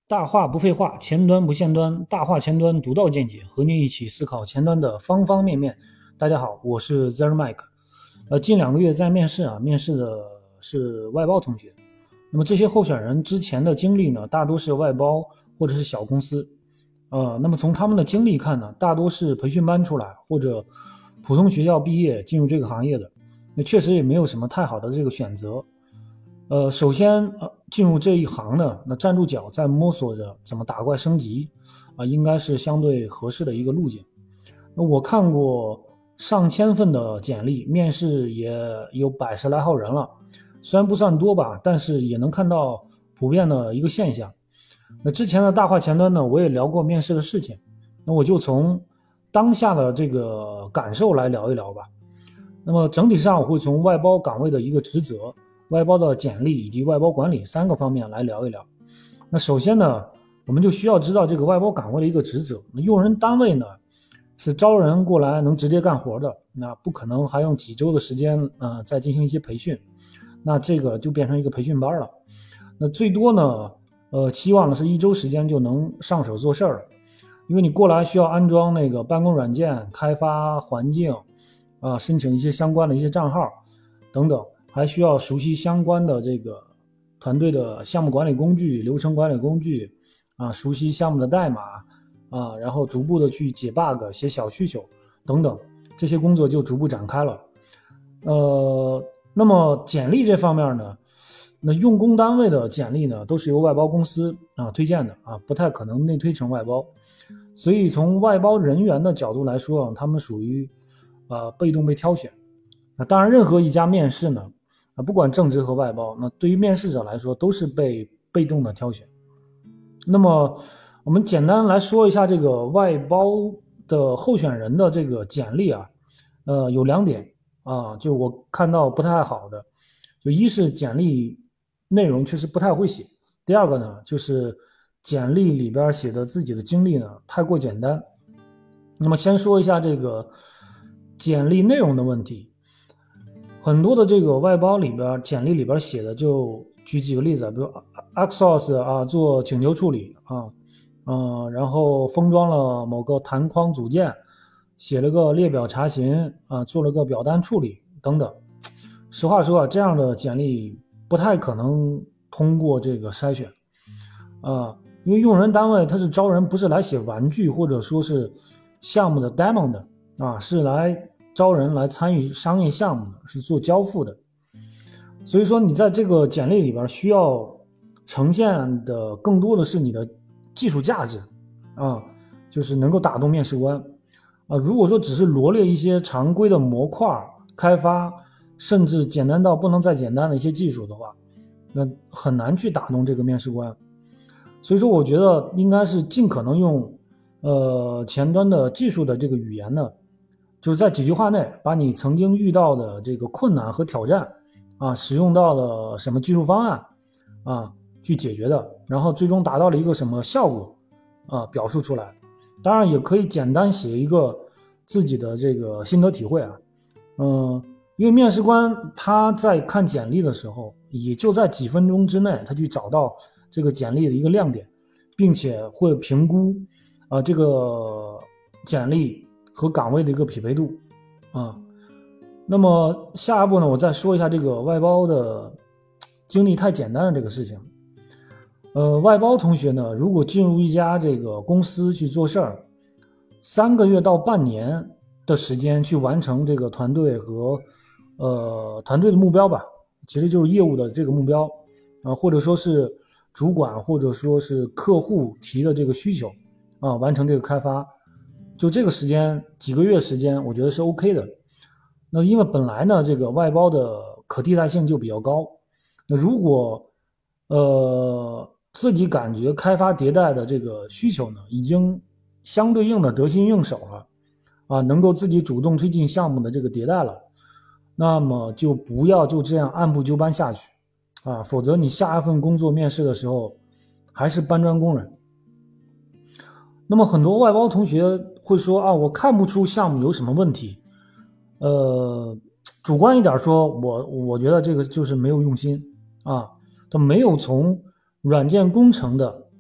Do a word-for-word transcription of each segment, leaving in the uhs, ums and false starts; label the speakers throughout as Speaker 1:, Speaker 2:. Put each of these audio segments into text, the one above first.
Speaker 1: 大话不废话，前端不限端，大话前端独到见解，和您一起思考前端的方方面面。大家好，我是 Zer Mike。呃，近两个月在面试啊，面试的是外包同学。那么这些候选人之前的经历呢，大多是外包或者是小公司。呃，那么从他们的经历看呢，大多是培训班出来或者普通学校毕业进入这个行业的。那确实也没有什么太好的这个选择。呃，首先，呃，进入这一行呢，那站住脚，在摸索着怎么打怪升级，啊、应该是相对合适的一个路径。那我看过上千份的简历，面试也有百十来号人了，虽然不算多吧，但是也能看到普遍的一个现象。那之前的大话前端呢，我也聊过面试的事情，那我就从当下的这个感受来聊一聊吧。那么整体上，我会从外包岗位的一个职责、外包的简历以及外包管理三个方面来聊一聊。那首先呢，我们就需要知道这个外包岗位的一个职责。那用人单位呢，是招人过来能直接干活的，那不可能还用几周的时间呃再进行一些培训，那这个就变成一个培训班了。那最多呢，呃，期望的是一周时间就能上手做事儿了，因为你过来需要安装那个办公软件、开发环境，啊、呃，申请一些相关的一些账号等等，还需要熟悉相关的这个团队的项目管理工具、流程管理工具，啊、呃，熟悉项目的代码，啊、呃，然后逐步的去解 bug、写小需求等等，这些工作就逐步展开了。呃，那么简历这方面呢？那用工单位的简历呢，都是由外包公司啊推荐的啊，不太可能内推成外包。所以从外包人员的角度来说，他们属于呃被动被挑选。那当然，任何一家面试呢，啊不管正职和外包，那对于面试者来说都是被被动的挑选。那么我们简单来说一下这个外包的候选人的这个简历啊，呃有两点啊，就我看到不太好的，就一是简历内容确实不太会写，第二个呢就是简历里边写的自己的经历呢太过简单。那么先说一下这个简历内容的问题，很多的这个外包里边简历里边写的，就举几个例子，比如 Axos 啊做请求处理啊，呃，然后封装了某个弹框组件，写了个列表查询啊，做了个表单处理等等。实话说啊，这样的简历不太可能通过这个筛选啊，因为用人单位他是招人，不是来写玩具或者说是项目的 demo 的啊，是来招人来参与商业项目的，是做交付的。所以说你在这个简历里边需要呈现的更多的是你的技术价值啊，就是能够打动面试官啊。如果说只是罗列一些常规的模块开发，甚至简单到不能再简单的一些技术的话，那很难去打动这个面试官。所以说我觉得应该是尽可能用呃前端的技术的这个语言呢，就是在几句话内把你曾经遇到的这个困难和挑战啊，使用到了什么技术方案啊去解决的，然后最终达到了一个什么效果啊表述出来。当然也可以简单写一个自己的这个心得体会啊，嗯，因为面试官他在看简历的时候，也就在几分钟之内，他去找到这个简历的一个亮点，并且会评估啊、呃、这个简历和岗位的一个匹配度啊。那么下一步呢，我再说一下这个外包的经历太简单的这个事情。呃，外包同学呢，如果进入一家这个公司去做事儿，三个月到半年的时间去完成这个团队和呃团队的目标吧，其实就是业务的这个目标啊、呃，或者说是主管或者说是客户提的这个需求啊、呃，完成这个开发，就这个时间几个月时间，我觉得是 OK 的。那因为本来呢，这个外包的可替代性就比较高，那如果呃自己感觉开发迭代的这个需求呢，已经相对应的得心应手了啊，能够自己主动推进项目的这个迭代了，那么就不要就这样按部就班下去啊，否则你下一份工作面试的时候还是搬砖工人。那么很多外包同学会说啊，我看不出项目有什么问题，呃，主观一点说，我我觉得这个就是没有用心啊，他没有从软件工程的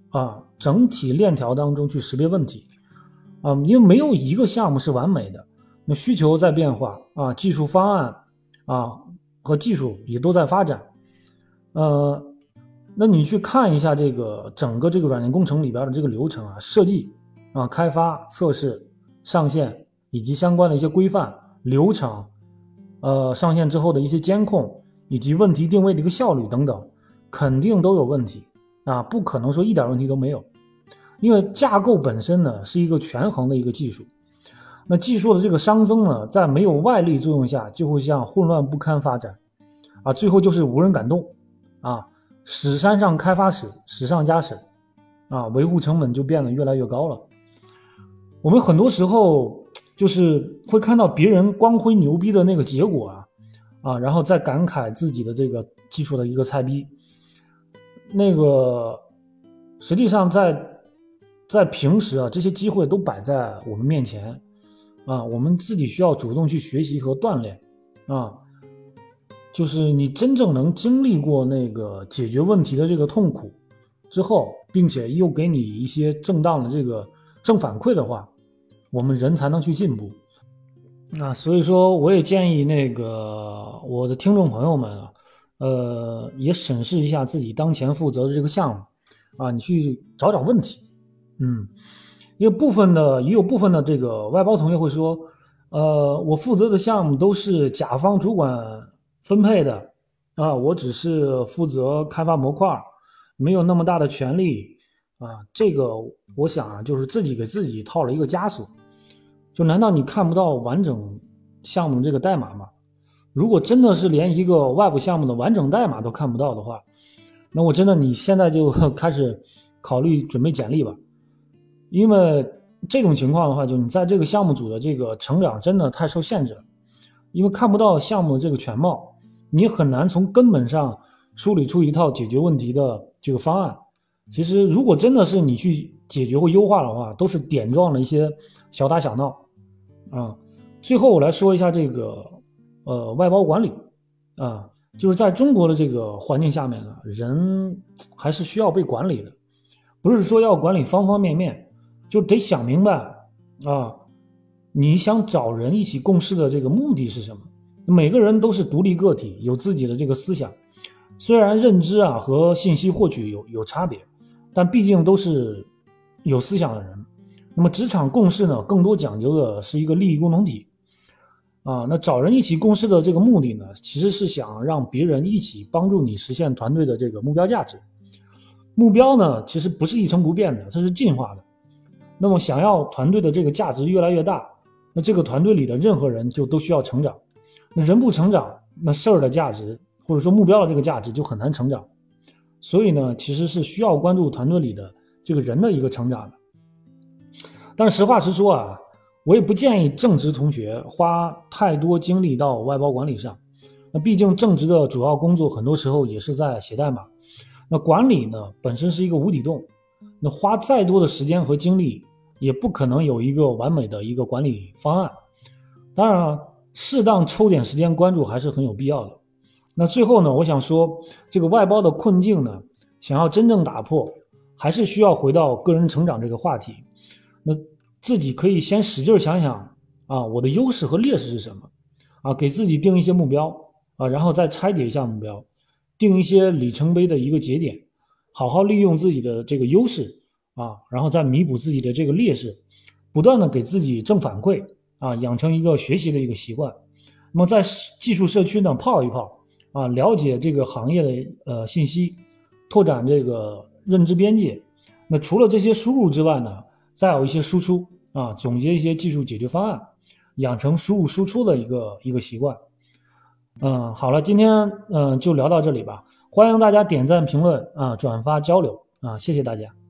Speaker 1: 啊整体链条当中去识别问题啊，因为没有一个项目是完美的，那需求在变化啊，技术方案啊和技术也都在发展，呃，那你去看一下这个整个这个软件工程里边的这个流程啊，设计啊、开发、测试、上线以及相关的一些规范流程，呃，上线之后的一些监控以及问题定位的一个效率等等，肯定都有问题啊，不可能说一点问题都没有。因为架构本身呢是一个权衡的一个技术，那技术的这个熵增呢，在没有外力作用下，就会向混乱不堪发展啊，最后就是无人敢动啊，史山上开发史，史上加史啊，维护成本就变得越来越高了。我们很多时候就是会看到别人光辉牛逼的那个结果啊啊，然后再感慨自己的这个技术的一个菜逼。那个实际上在在平时啊，这些机会都摆在我们面前啊，我们自己需要主动去学习和锻炼啊。就是你真正能经历过那个解决问题的这个痛苦之后，并且又给你一些正当的这个正反馈的话，我们人才能去进步。那所以说，我也建议那个我的听众朋友们啊，呃，也审视一下自己当前负责的这个项目啊，你去找找问题。嗯，因为部分的也有部分的这个外包同学会说，呃，我负责的项目都是甲方主管分配的啊，我只是负责开发模块，没有那么大的权利啊。这个我想啊，就是自己给自己套了一个枷锁。就难道你看不到完整项目的这个代码吗？如果真的是连一个外部项目的完整代码都看不到的话，那我真的你现在就开始考虑准备简历吧。因为这种情况的话，就你在这个项目组的这个成长真的太受限制了，因为看不到项目的这个全貌，你很难从根本上梳理出一套解决问题的这个方案。其实如果真的是你去解决或优化的话，都是点状的一些小打小闹啊。最后我来说一下这个呃外包管理啊，就是在中国的这个环境下面呢，人还是需要被管理的，不是说要管理方方面面，就得想明白啊，你想找人一起共事的这个目的是什么？每个人都是独立个体，有自己的这个思想，虽然认知啊和信息获取有有差别，但毕竟都是有思想的人。那么职场共事呢，更多讲究的是一个利益共同体啊。那找人一起共事的这个目的呢，其实是想让别人一起帮助你实现团队的这个目标价值。目标呢，其实不是一成不变的，它是进化的。那么想要团队的这个价值越来越大，那这个团队里的任何人就都需要成长。那人不成长，那事儿的价值或者说目标的这个价值就很难成长。所以呢，其实是需要关注团队里的这个人的一个成长的。但是实话实说啊，我也不建议正职同学花太多精力到外包管理上。那毕竟正职的主要工作很多时候也是在写代码，那管理呢本身是一个无底洞，那花再多的时间和精力也不可能有一个完美的一个管理方案。当然啊，适当抽点时间关注还是很有必要的。那最后呢，我想说这个外包的困境呢，想要真正打破，还是需要回到个人成长这个话题。那自己可以先使劲想想啊，我的优势和劣势是什么啊，给自己定一些目标啊，然后再拆解一下目标，定一些里程碑的一个节点，好好利用自己的这个优势啊，然后再弥补自己的这个劣势，不断的给自己正反馈啊，养成一个学习的一个习惯。那么在技术社区呢泡一泡啊，了解这个行业的呃信息，拓展这个认知边界。那除了这些输入之外呢，再有一些输出啊，总结一些技术解决方案，养成输入输出的一个一个习惯。嗯，好了，今天嗯就聊到这里吧，欢迎大家点赞评论啊，转发交流啊，谢谢大家。